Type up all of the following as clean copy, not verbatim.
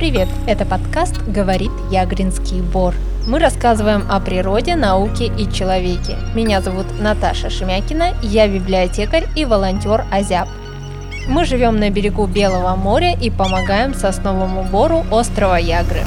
привет! Это подкаст «Говорит Ягринский Бор». Мы рассказываем о природе, науке и человеке. Меня зовут Наташа Шемякина, я библиотекарь и волонтер АЗЯП. Мы живем на берегу Белого моря и помогаем сосновому бору острова Ягры.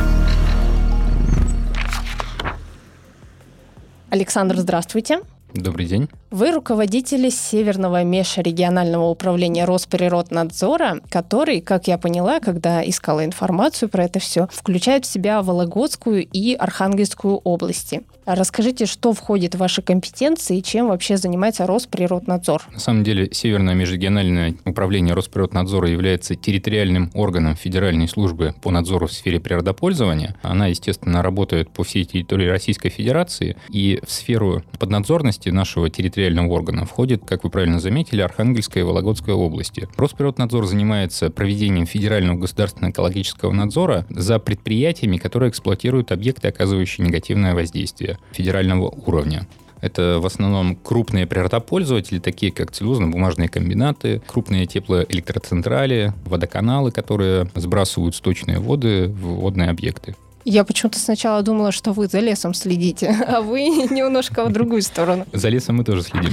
Александр, здравствуйте. Добрый день. Вы руководитель Северного межрегионального управления Росприроднадзора, который, как я поняла, когда искала информацию про это все, включает в себя Вологодскую и Архангельскую области. Расскажите, что входит в ваши компетенции и чем вообще занимается Росприроднадзор? На самом деле, Северное межрегиональное управление Росприроднадзора является территориальным органом Федеральной службы по надзору в сфере природопользования. Она, естественно, работает по всей территории Российской Федерации, и в сферу поднадзорности нашего территориального органа входит, как вы правильно заметили, Архангельская и Вологодская области. Росприроднадзор занимается проведением федерального государственного экологического надзора за предприятиями, которые эксплуатируют объекты, оказывающие негативное воздействие федерального уровня. Это в основном крупные природопользователи, такие как целлюлозно-бумажные комбинаты, крупные теплоэлектроцентрали, водоканалы, которые сбрасывают сточные воды в водные объекты. Я почему-то сначала думала, что вы за лесом следите, а вы немножко в другую сторону. За лесом мы тоже следим.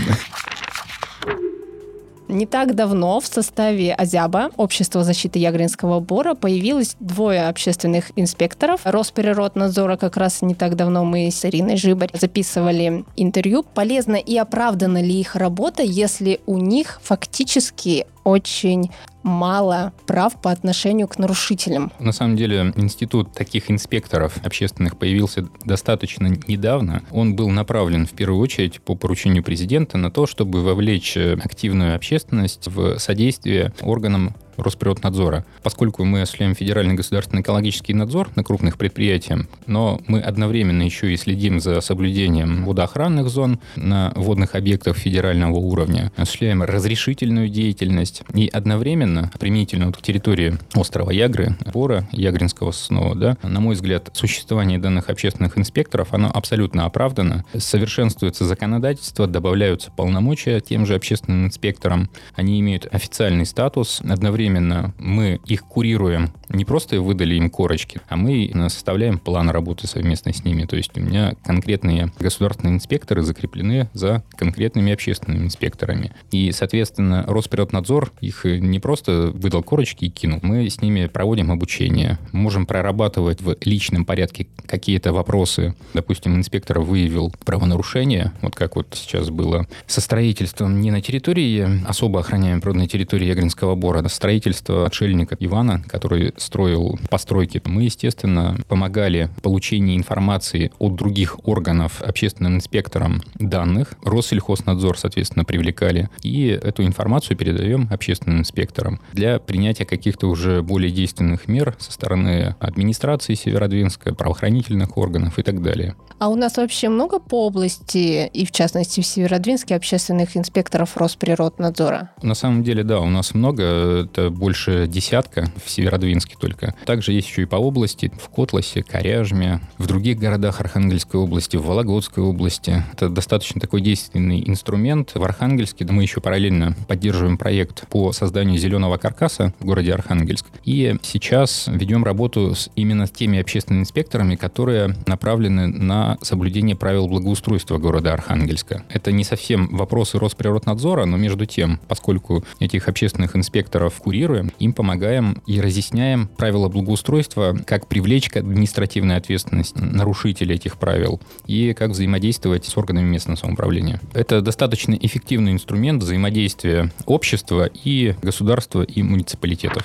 Не так давно в составе АЗЯБа, Общества защиты Ягринского бора, появилось 2 общественных инспекторов. Росприроднадзора как раз не так давно мы с Ириной Жибарь записывали интервью. Полезна и оправдана ли их работа, если у них фактически очень мало прав по отношению к нарушителям? На самом деле, институт таких инспекторов общественных появился достаточно недавно. Он был направлен в первую очередь по поручению президента на то, чтобы вовлечь активную общественность в содействие органам Росприроднадзора. Поскольку мы осуществляем федеральный государственный экологический надзор на крупных предприятиях, но мы одновременно еще и следим за соблюдением водоохранных зон на водных объектах федерального уровня, осуществляем разрешительную деятельность и одновременно, применительно к территории острова Ягры, бора, Ягринского соснового, на мой взгляд, существование данных общественных инспекторов, оно абсолютно оправдано. Совершенствуется законодательство, добавляются полномочия тем же общественным инспекторам. Они имеют официальный статус. Одновременно мы их курируем, не просто выдали им корочки, а мы составляем план работы совместно с ними. То есть у меня конкретные государственные инспекторы закреплены за конкретными общественными инспекторами. И, соответственно, Росприроднадзор их не просто выдал корочки и кинул. Мы с ними проводим обучение, можем прорабатывать в личном порядке какие-то вопросы. Допустим, инспектор выявил правонарушение, вот как вот сейчас было со строительством не на территории особо охраняемой природной территории Ягринского бора, а строительство отшельника Ивана, который строил постройки. Мы, естественно, помогали в получении информации от других органов общественным инспекторам данных. Россельхознадзор, соответственно, привлекали. И эту информацию передаем общественным инспекторам для принятия каких-то уже более действенных мер со стороны администрации Северодвинска, правоохранительных органов и так далее. А у нас вообще много по области, и в частности в Северодвинске, общественных инспекторов Росприроднадзора? На самом деле, да, у нас много. Это больше десятка в Северодвинске только. Также есть еще и по области, в Котласе, Коряжме, в других городах Архангельской области, в Вологодской области. Это достаточно такой действенный инструмент. В Архангельске мы еще параллельно поддерживаем проект по созданию зеленого каркаса в городе Архангельск. И сейчас ведем работу именно с теми общественными инспекторами, которые направлены на соблюдение правил благоустройства города Архангельска. Это не совсем вопросы Росприроднадзора, но между тем, поскольку этих общественных инспекторов курируем, им помогаем и разъясняем правила благоустройства, как привлечь к административной ответственности нарушителей этих правил и как взаимодействовать с органами местного самоуправления. Это достаточно эффективный инструмент взаимодействия общества и государства и муниципалитетов.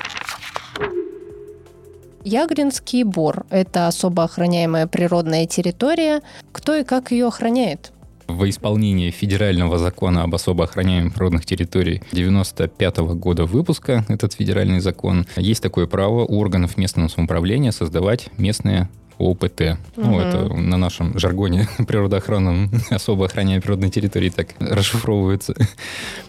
Ягринский бор – это особо охраняемая природная территория. Кто и как ее охраняет? В исполнении федерального закона об особо охраняемых природных территориях 1995 года выпуска, этот федеральный закон, есть такое право у органов местного самоуправления создавать местные ОПТ. Ну, это на нашем жаргоне природоохранном особо охраняемой природной территории так расшифровывается.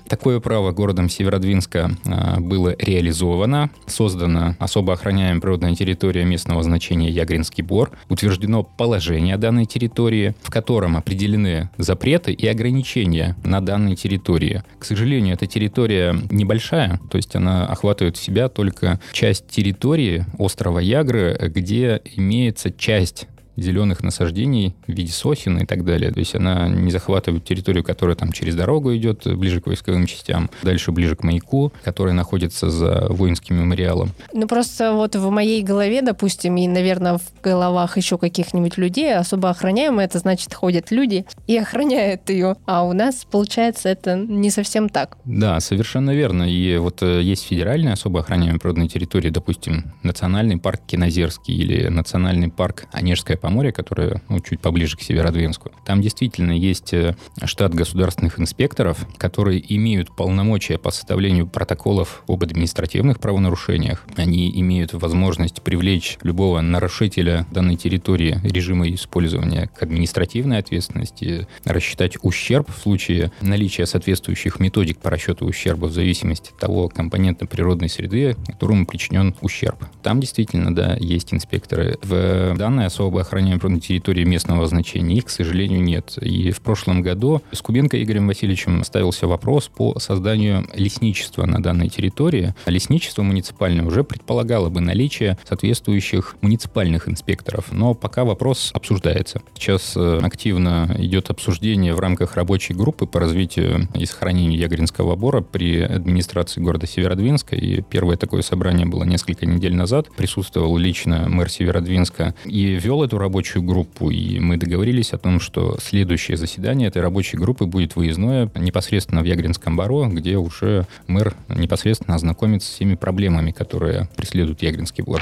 Такое право городом Северодвинска было реализовано. Создана особо охраняемая природная территория местного значения Ягринский Бор. Утверждено положение о данной территории, в котором определены запреты и ограничения на данной территории. К сожалению, эта территория небольшая, то есть она охватывает в себя только часть территории острова Ягры, где имеется часть зеленых насаждений в виде сосен и так далее. То есть она не захватывает территорию, которая там через дорогу идет, ближе к войсковым частям, дальше ближе к маяку, который находится за воинским мемориалом. Ну, просто вот в моей голове, допустим, и, наверное, в головах еще каких-нибудь людей особо охраняемое, это значит, ходят люди и охраняют ее. А у нас, получается, это не совсем так. Да, совершенно верно. И вот есть федеральные особо охраняемые природные территории, допустим, национальный парк Кинозерский или национальный парк Онежское Поморье, которое чуть поближе к Северодвинску. Там действительно есть штат государственных инспекторов, которые имеют полномочия по составлению протоколов об административных правонарушениях. Они имеют возможность привлечь любого нарушителя данной территории режима использования к административной ответственности, рассчитать ущерб в случае наличия соответствующих методик по расчету ущерба в зависимости от того компонента природной среды, которому причинен ущерб. Там действительно, да, есть инспекторы. В данной особо охраняемой природной территории местного значения их, к сожалению, нет. И в прошлом году с Кубенко Игорем Васильевичем ставился вопрос по созданию лесничества на данной территории. Лесничество муниципальное уже предполагало бы наличие соответствующих муниципальных инспекторов, но пока вопрос обсуждается. Сейчас активно идет обсуждение в рамках рабочей группы по развитию и сохранению Ягринского бора при администрации города Северодвинска. И первое такое собрание было несколько недель назад. Присутствовал лично мэр Северодвинска и вел эту рабочую группу, и мы договорились о том, что следующее заседание этой рабочей группы будет выездное непосредственно в Ягринском бору, где уже мэр непосредственно ознакомится с всеми проблемами, которые преследуют Ягринский бор.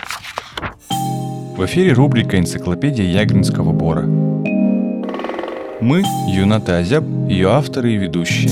В эфире рубрика «Энциклопедия Ягринского бора». Мы – Юнат и Азяб, ее авторы и ведущие.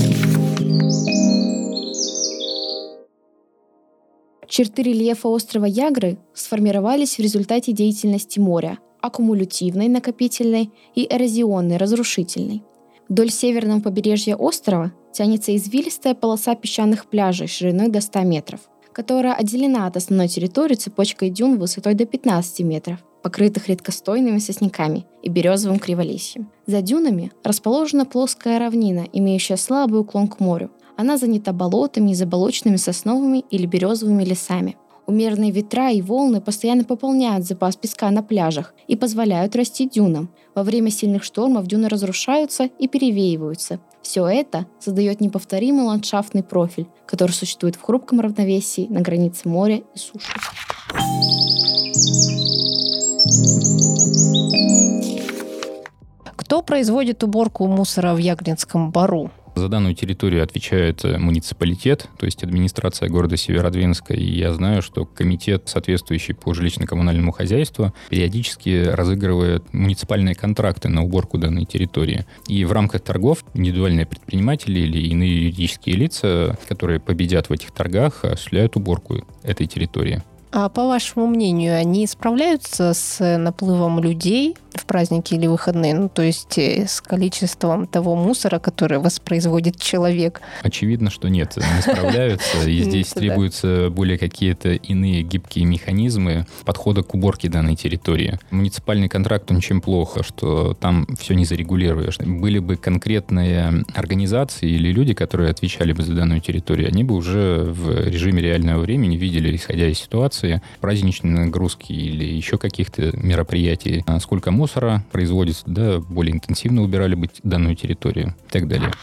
Черты рельефа острова Ягры сформировались в результате деятельности моря – аккумулятивной, накопительной и эрозионной, разрушительной. Вдоль северного побережья острова тянется извилистая полоса песчаных пляжей шириной до 100 метров, которая отделена от основной территории цепочкой дюн высотой до 15 метров, покрытых редкостойными сосняками и березовым криволесьем. За дюнами расположена плоская равнина, имеющая слабый уклон к морю. Она занята болотами и заболоченными сосновыми или березовыми лесами. Умеренные ветра и волны постоянно пополняют запас песка на пляжах и позволяют расти дюнам. Во время сильных штормов дюны разрушаются и перевеиваются. Все это создает неповторимый ландшафтный профиль, который существует в хрупком равновесии на границе моря и суши. Кто производит уборку мусора в Ягринском бору? За данную территорию отвечает муниципалитет, то есть администрация города Северодвинска. И я знаю, что комитет, соответствующий по жилищно-коммунальному хозяйству, периодически разыгрывает муниципальные контракты на уборку данной территории. И в рамках торгов индивидуальные предприниматели или иные юридические лица, которые победят в этих торгах, осуществляют уборку этой территории. А по вашему мнению, они справляются с наплывом людей в праздники или выходные? Ну, то есть с количеством того мусора, который воспроизводит человек? Очевидно, что нет, не справляются. И здесь требуются более какие-то иные гибкие механизмы подхода к уборке данной территории. Муниципальный контракт, он чем плохо, что там все не зарегулируешь. Были бы конкретные организации или люди, которые отвечали бы за данную территорию, они бы уже в режиме реального времени видели, исходя из ситуации, праздничные нагрузки или еще каких-то мероприятий, сколько мусора производится, да, более интенсивно убирали бы данную территорию и так далее.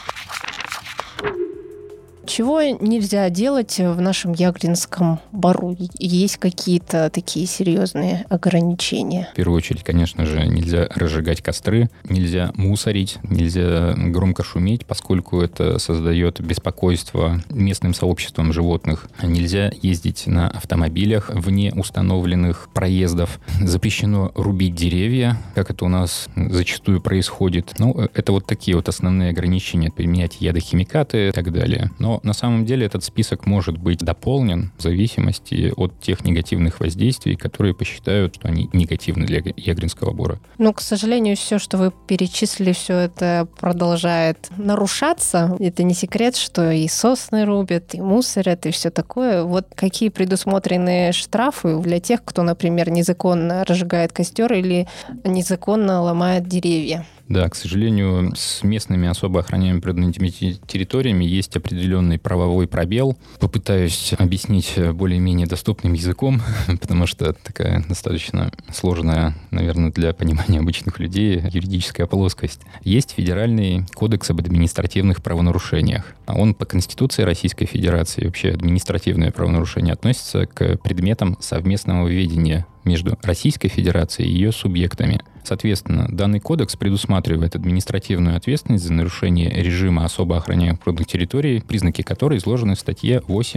Чего нельзя делать в нашем Ягринском бору? Есть какие-то такие серьезные ограничения? В первую очередь, конечно же, нельзя разжигать костры, нельзя мусорить, нельзя громко шуметь, поскольку это создает беспокойство местным сообществам животных. Нельзя ездить на автомобилях вне установленных проездов. Запрещено рубить деревья, как это у нас зачастую происходит. Ну, это вот такие вот основные ограничения, применять ядохимикаты и так далее. Но Но на самом деле этот список может быть дополнен в зависимости от тех негативных воздействий, которые посчитают, что они негативны для Ягринского бора. К сожалению, все, что вы перечислили, все это продолжает нарушаться. Это не секрет, что и сосны рубят, и мусорят, и все такое. Вот какие предусмотрены штрафы для тех, кто, например, незаконно разжигает костер или незаконно ломает деревья? Да, к сожалению, с местными особо охраняемыми природными территориями есть определенный правовой пробел. Попытаюсь объяснить более-менее доступным языком, потому что такая достаточно сложная, наверное, для понимания обычных людей юридическая плоскость. Есть Федеральный кодекс об административных правонарушениях. Он по Конституции Российской Федерации, вообще административное правонарушение, относится к предметам совместного ведения между Российской Федерацией и ее субъектами. Соответственно, данный кодекс предусматривает административную ответственность за нарушение режима особо охраняемых природных территорий, признаки которой изложены в статье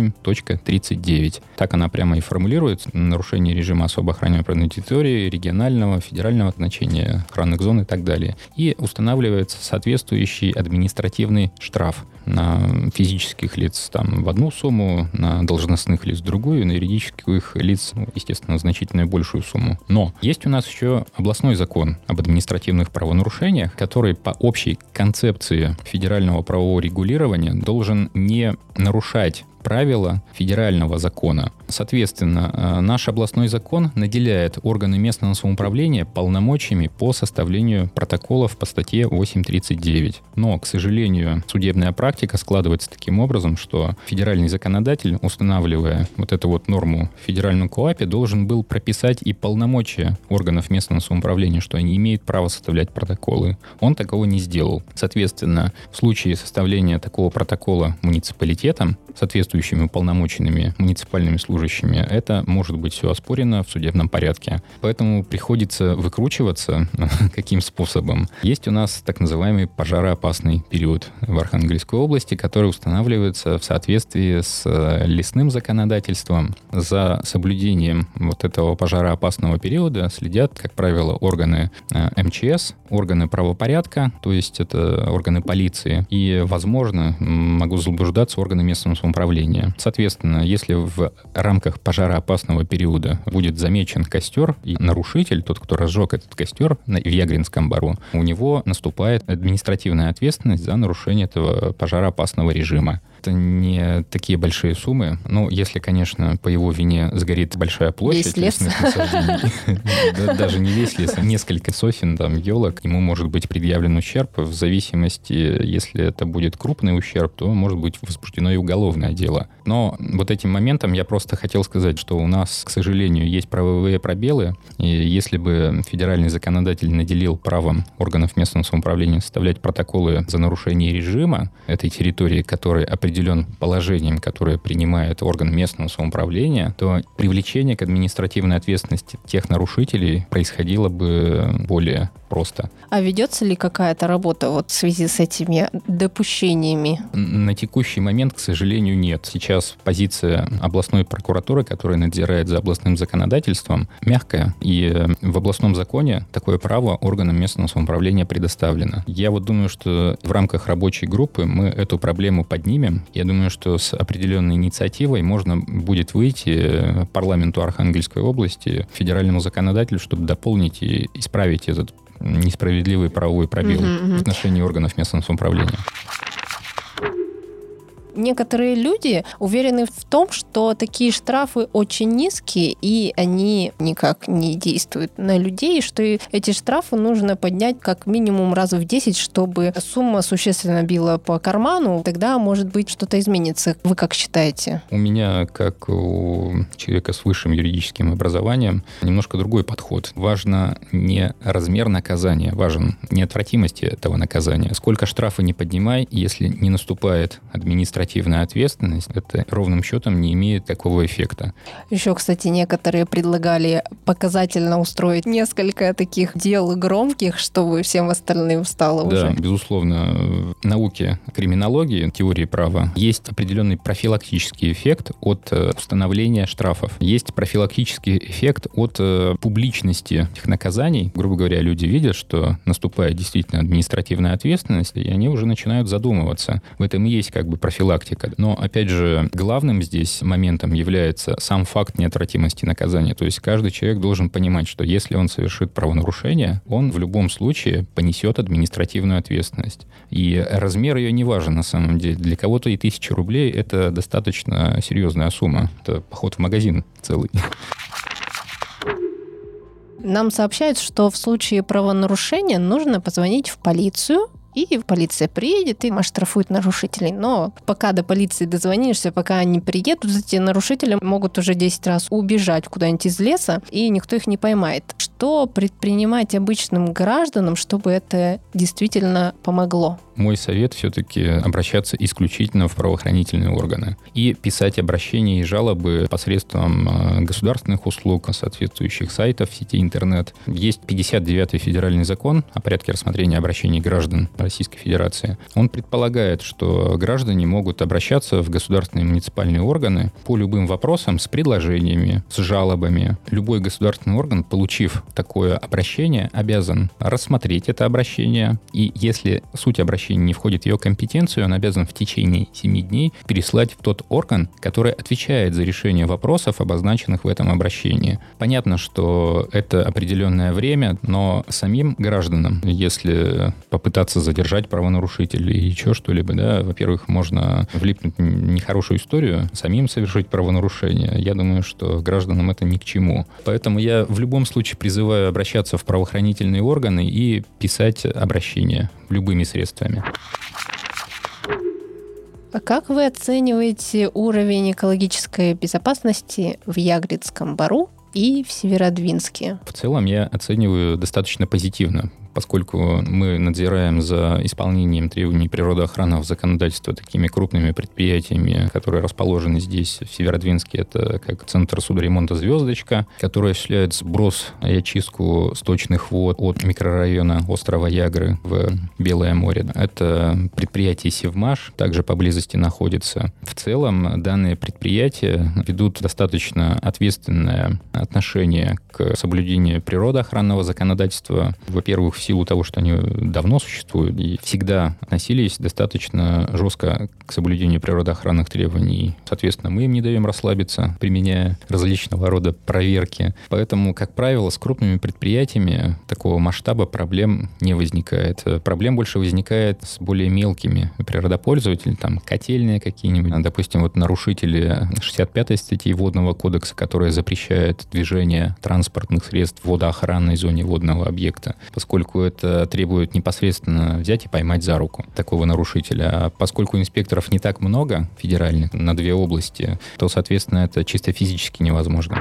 8.39. Так она прямо и формулирует: нарушение режима особо охраняемой природной территории, регионального, федерального значения, охранных зон и так далее. И устанавливается соответствующий административный штраф на физических лиц в одну сумму, на должностных лиц в другую, на юридических лиц, естественно, значительно большую сумму. Но есть у нас еще областной закон об административных правонарушениях, который по общей концепции федерального правового регулирования должен не нарушать правила федерального закона. Соответственно, наш областной закон наделяет органы местного самоуправления полномочиями по составлению протоколов по статье 8.39. Но, к сожалению, судебная практика складывается таким образом, что федеральный законодатель, устанавливая вот эту вот норму в федеральном КоАПе, должен был прописать и полномочия органов местного самоуправления, что они имеют право составлять протоколы. Он такого не сделал. Соответственно, в случае составления такого протокола муниципалитетом, соответствующими уполномоченными муниципальными служащими, это может быть все оспорено в судебном порядке. Поэтому приходится выкручиваться. Каким способом? Есть у нас так называемый пожароопасный период в Архангельской области, который устанавливается в соответствии с лесным законодательством. За соблюдением вот этого пожароопасного периода следят, как правило, органы МЧС, органы правопорядка, то есть это органы полиции, и, возможно, могу заблуждаться, органы местного самоуправления. Соответственно, если в рамках пожароопасного периода будет замечен костер, и нарушитель, тот, кто разжег этот костер в Ягринском бору, у него наступает административная ответственность за нарушение этого пожароопасного режима. Это не такие большие суммы. Если, конечно, по его вине сгорит большая площадь лесных насаждений, даже не весь лес, а несколько сосен, елок, ему может быть предъявлен ущерб. В зависимости, если это будет крупный ущерб, то может быть возбуждено и уголовное дело. Но вот этим моментом я просто хотел сказать, что у нас, к сожалению, есть правовые пробелы, и если бы федеральный законодатель наделил правом органов местного самоуправления составлять протоколы за нарушение режима этой территории, который определен положением, которое принимает орган местного самоуправления, то привлечение к административной ответственности тех нарушителей происходило бы более просто. А ведется ли какая-то работа в связи с этими допущениями? На текущий момент, к сожалению, нет. Сейчас позиция областной прокуратуры, которая надзирает за областным законодательством, мягкая, и в областном законе такое право органам местного самоуправления предоставлено. Я думаю, что в рамках рабочей группы мы эту проблему поднимем. Я думаю, что с определенной инициативой можно будет выйти парламенту Архангельской области, федеральному законодателю, чтобы дополнить и исправить этот несправедливый правовой пробел в отношении органов местного самоуправления. Некоторые люди уверены в том, что такие штрафы очень низкие, и они никак не действуют на людей, что эти штрафы нужно поднять как минимум раз в 10, чтобы сумма существенно била по карману, тогда, может быть, что-то изменится. Вы как считаете? У меня, как у человека с высшим юридическим образованием, немножко другой подход. Важно не размер наказания, важен неотвратимость этого наказания. Сколько штрафа не поднимай, если не наступает административная ответственность, это ровным счетом не имеет такого эффекта. Еще, кстати, некоторые предлагали показательно устроить несколько таких дел громких, чтобы всем остальным стало уже. Да, безусловно, в науке криминологии, теории права, есть определенный профилактический эффект от установления штрафов. Есть профилактический эффект от публичности этих наказаний. Грубо говоря, люди видят, что наступает действительно административная ответственность, и они уже начинают задумываться. В этом и есть профилактика профилактика. Но, опять же, главным здесь моментом является сам факт неотвратимости наказания. То есть каждый человек должен понимать, что если он совершит правонарушение, он в любом случае понесет административную ответственность. И размер ее не важен на самом деле. Для кого-то и 1000 рублей — это достаточно серьезная сумма. Это поход в магазин целый. Нам сообщают, что в случае правонарушения нужно позвонить в полицию, и полиция приедет и оштрафует нарушителей. Но пока до полиции дозвонишься, пока они приедут, эти нарушители могут уже 10 раз убежать куда-нибудь из леса, и никто их не поймает. Что предпринимать обычным гражданам, чтобы это действительно помогло? Мой совет все-таки обращаться исключительно в правоохранительные органы и писать обращения и жалобы посредством государственных услуг, соответствующих сайтов в сети интернет. Есть 59-й федеральный закон о порядке рассмотрения обращений граждан Российской Федерации. Он предполагает, что граждане могут обращаться в государственные и муниципальные органы по любым вопросам с предложениями, с жалобами. Любой государственный орган, получив такое обращение, обязан рассмотреть это обращение, и если суть обращения не входит в ее компетенцию, он обязан в течение 7 дней переслать в тот орган, который отвечает за решение вопросов, обозначенных в этом обращении. Понятно, что это определенное время, но самим гражданам, если попытаться задержать правонарушителя или еще что-либо, да, во-первых, можно влипнуть в нехорошую историю, самим совершить правонарушение. Я думаю, что гражданам это ни к чему. Поэтому я в любом случае призываю обращаться в правоохранительные органы и писать обращения любыми средствами. А как вы оцениваете уровень экологической безопасности в Ягринском бару и в Северодвинске? В целом я оцениваю достаточно позитивно, поскольку мы надзираем за исполнением требований природоохранного законодательства такими крупными предприятиями, которые расположены здесь, в Северодвинске. Это как Центр судоремонта «Звездочка», который осуществляет сброс и очистку сточных вод от микрорайона острова Ягры в Белое море. Это предприятие «Севмаш», также поблизости находится. В целом данные предприятия ведут достаточно ответственное отношение к соблюдению природоохранного законодательства. Во-первых, в силу того, что они давно существуют и всегда относились достаточно жестко к соблюдению природоохранных требований. Соответственно, мы им не даем расслабиться, применяя различного рода проверки. Поэтому, как правило, с крупными предприятиями такого масштаба проблем не возникает. Проблем больше возникает с более мелкими природопользователями, там, котельные какие-нибудь. Допустим, вот нарушители 65-й статьи Водного кодекса, которая запрещает движение транспортных средств в водоохранной зоне водного объекта, поскольку это требует непосредственно взять и поймать за руку такого нарушителя. А поскольку инспекторов не так много федеральных на 2 области, то, соответственно, это чисто физически невозможно.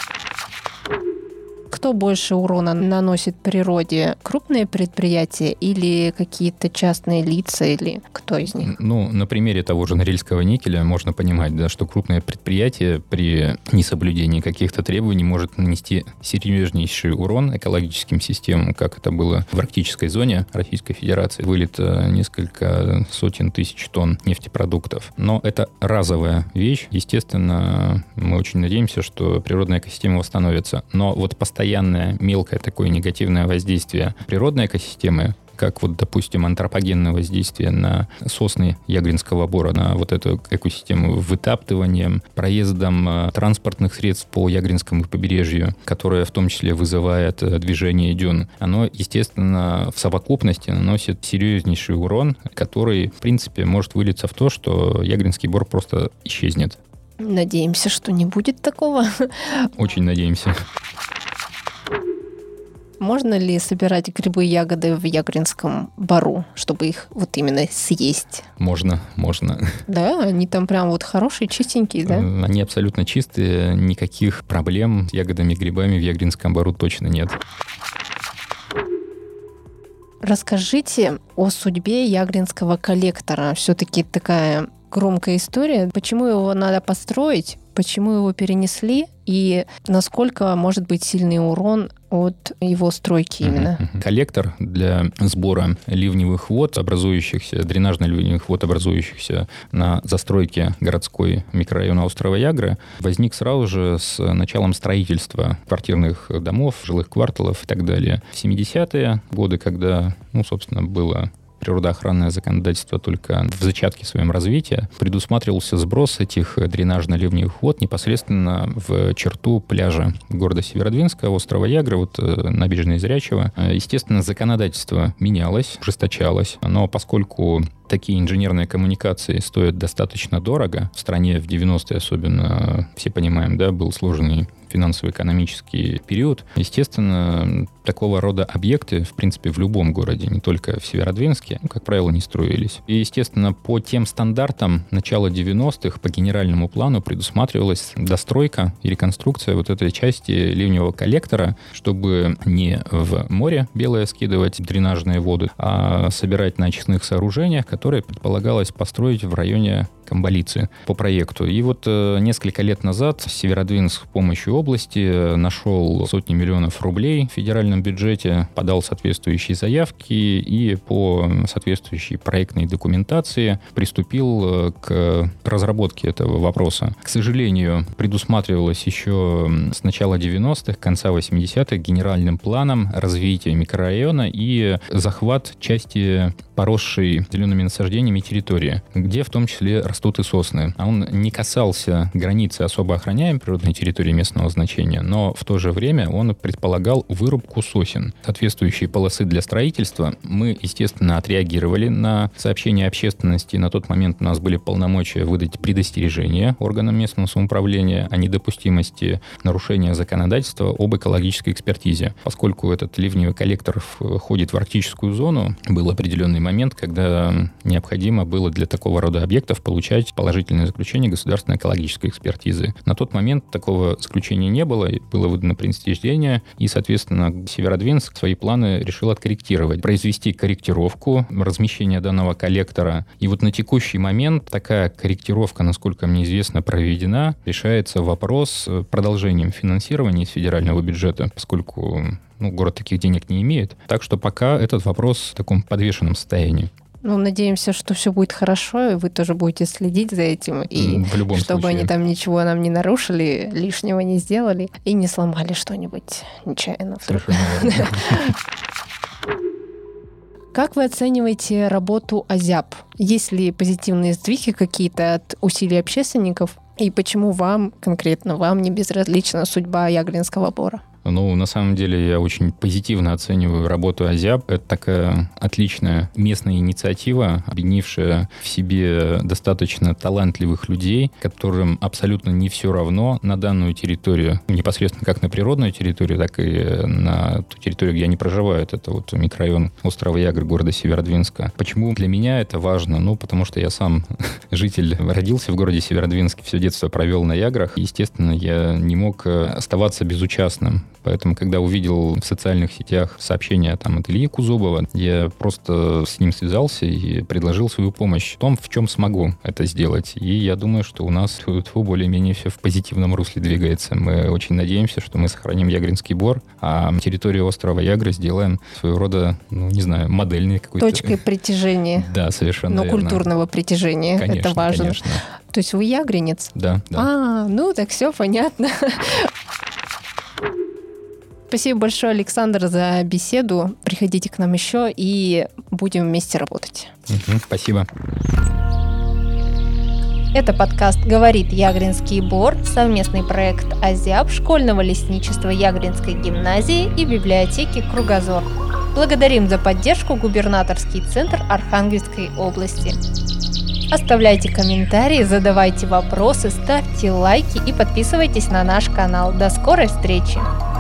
Кто больше урона наносит природе? Крупные предприятия или какие-то частные лица, или кто из них? Ну, на примере того же Норильского никеля можно понимать, да, что крупное предприятие при несоблюдении каких-то требований может нанести серьезнейший урон экологическим системам, как это было в арктической зоне Российской Федерации. Вылито несколько сотен тысяч тонн нефтепродуктов. Но это разовая вещь. Естественно, мы очень надеемся, что природная экосистема восстановится. Но вот постоянное мелкое такое негативное воздействие природной экосистемы, как вот, допустим, антропогенное воздействие на сосны Ягринского бора, на вот эту экосистему вытаптыванием, проездом транспортных средств по Ягринскому побережью, которое в том числе вызывает движение дюн, оно, естественно, в совокупности наносит серьезнейший урон, который, в принципе, может вылиться в то, что Ягринский бор просто исчезнет. Надеемся, что не будет такого. Очень надеемся. Можно ли собирать грибы и ягоды в Ягринском бару, чтобы их вот именно съесть? Можно. Да, они там прям вот хорошие, чистенькие, да? Они абсолютно чистые, никаких проблем с ягодами и грибами в Ягринском бару точно нет. Расскажите о судьбе Ягринского коллектора. Все-таки такая громкая история. Почему его надо построить? Почему его перенесли? И насколько может быть сильный урон от его стройки именно? Коллектор для сбора ливневых вод, дренажно-ливневых вод, образующихся на застройке городской микрорайона острова Ягры, возник сразу же с началом строительства квартирных домов, жилых кварталов и так далее. В 70-е годы, когда, собственно, было природоохранное законодательство только в зачатке своем развития, предусматривался сброс этих дренажно-ливневых вод непосредственно в черту пляжа города Северодвинска, острова Ягры, набережной Зрячего. Естественно, законодательство менялось, ужесточалось, но поскольку такие инженерные коммуникации стоят достаточно дорого, в стране в 90-е особенно, все понимаем, да, был сложный финансово-экономический период. Естественно, такого рода объекты, в принципе, в любом городе, не только в Северодвинске, как правило, не строились. И, естественно, по тем стандартам начала 90-х по генеральному плану предусматривалась достройка и реконструкция этой части ливневого коллектора, чтобы не в море белое скидывать дренажные воды, а собирать на очистных сооружениях, которые предполагалось построить в районе Камбалицы по проекту. И несколько лет назад Северодвинск с помощью области нашел сотни миллионов рублей в федеральном бюджете, подал соответствующие заявки и по соответствующей проектной документации приступил к разработке этого вопроса. К сожалению, предусматривалось еще с начала 90-х, конца 80-х генеральным планом развития микрорайона и захват части поросшей зелеными насаждениями территории, где в том числе растут и сосны. А он не касался границы особо охраняемой природной территории местного значения, но в то же время он предполагал вырубку сосен. Соответствующие полосы для строительства. Мы, естественно, отреагировали на сообщения общественности. На тот момент у нас были полномочия выдать предостережение органам местного самоуправления о недопустимости нарушения законодательства об экологической экспертизе. Поскольку этот ливневый коллектор входит в арктическую зону, был определенный момент, когда необходимо было для такого рода объектов получать положительное заключение государственной экологической экспертизы. На тот момент такого заключения не было, было выдано предостережение, и, соответственно, Северодвинск свои планы решил откорректировать, произвести корректировку размещения данного коллектора. И на текущий момент такая корректировка, насколько мне известно, проведена. Решается вопрос с продолжением финансирования из федерального бюджета, поскольку город таких денег не имеет. Так что пока этот вопрос в таком подвешенном состоянии. Надеемся, что все будет хорошо, и вы тоже будете следить за этим, и в любом чтобы случае. они там ничего нам не нарушили, лишнего не сделали, и не сломали что-нибудь нечаянно. Совершенно верно. Как вы оцениваете работу АЗЯБ? Есть ли позитивные сдвиги какие-то от усилий общественников? И почему конкретно вам не безразлична судьба Ягринского бора? На самом деле, я очень позитивно оцениваю работу АЗЯБ. Это такая отличная местная инициатива, объединившая в себе достаточно талантливых людей, которым абсолютно не все равно на данную территорию, непосредственно как на природную территорию, так и на ту территорию, где они проживают. Это микрорайон острова Ягры, города Северодвинска. Почему для меня это важно? Потому что я сам житель, родился в городе Северодвинске, все детство провел на Яграх. Естественно, я не мог оставаться безучастным. Поэтому, когда увидел в социальных сетях сообщения от Ильи Кузубова, я просто с ним связался и предложил свою помощь в том, в чем смогу это сделать. И я думаю, что у нас более-менее все в позитивном русле двигается. Мы очень надеемся, что мы сохраним Ягринский бор, а территорию острова Ягры сделаем своего рода, модельной какой-то... Точкой притяжения. Да, совершенно верно. Культурного притяжения. Конечно, это важно. Конечно. То есть вы ягринец? Да. Так все понятно. Спасибо большое, Александр, за беседу. Приходите к нам еще, и будем вместе работать. Спасибо. Это подкаст «Говорит Ягринский бор», совместный проект АЗЯБ, школьного лесничества Ягринской гимназии и библиотеки «Кругозор». Благодарим за поддержку губернаторский центр Архангельской области. Оставляйте комментарии, задавайте вопросы, ставьте лайки и подписывайтесь на наш канал. До скорой встречи!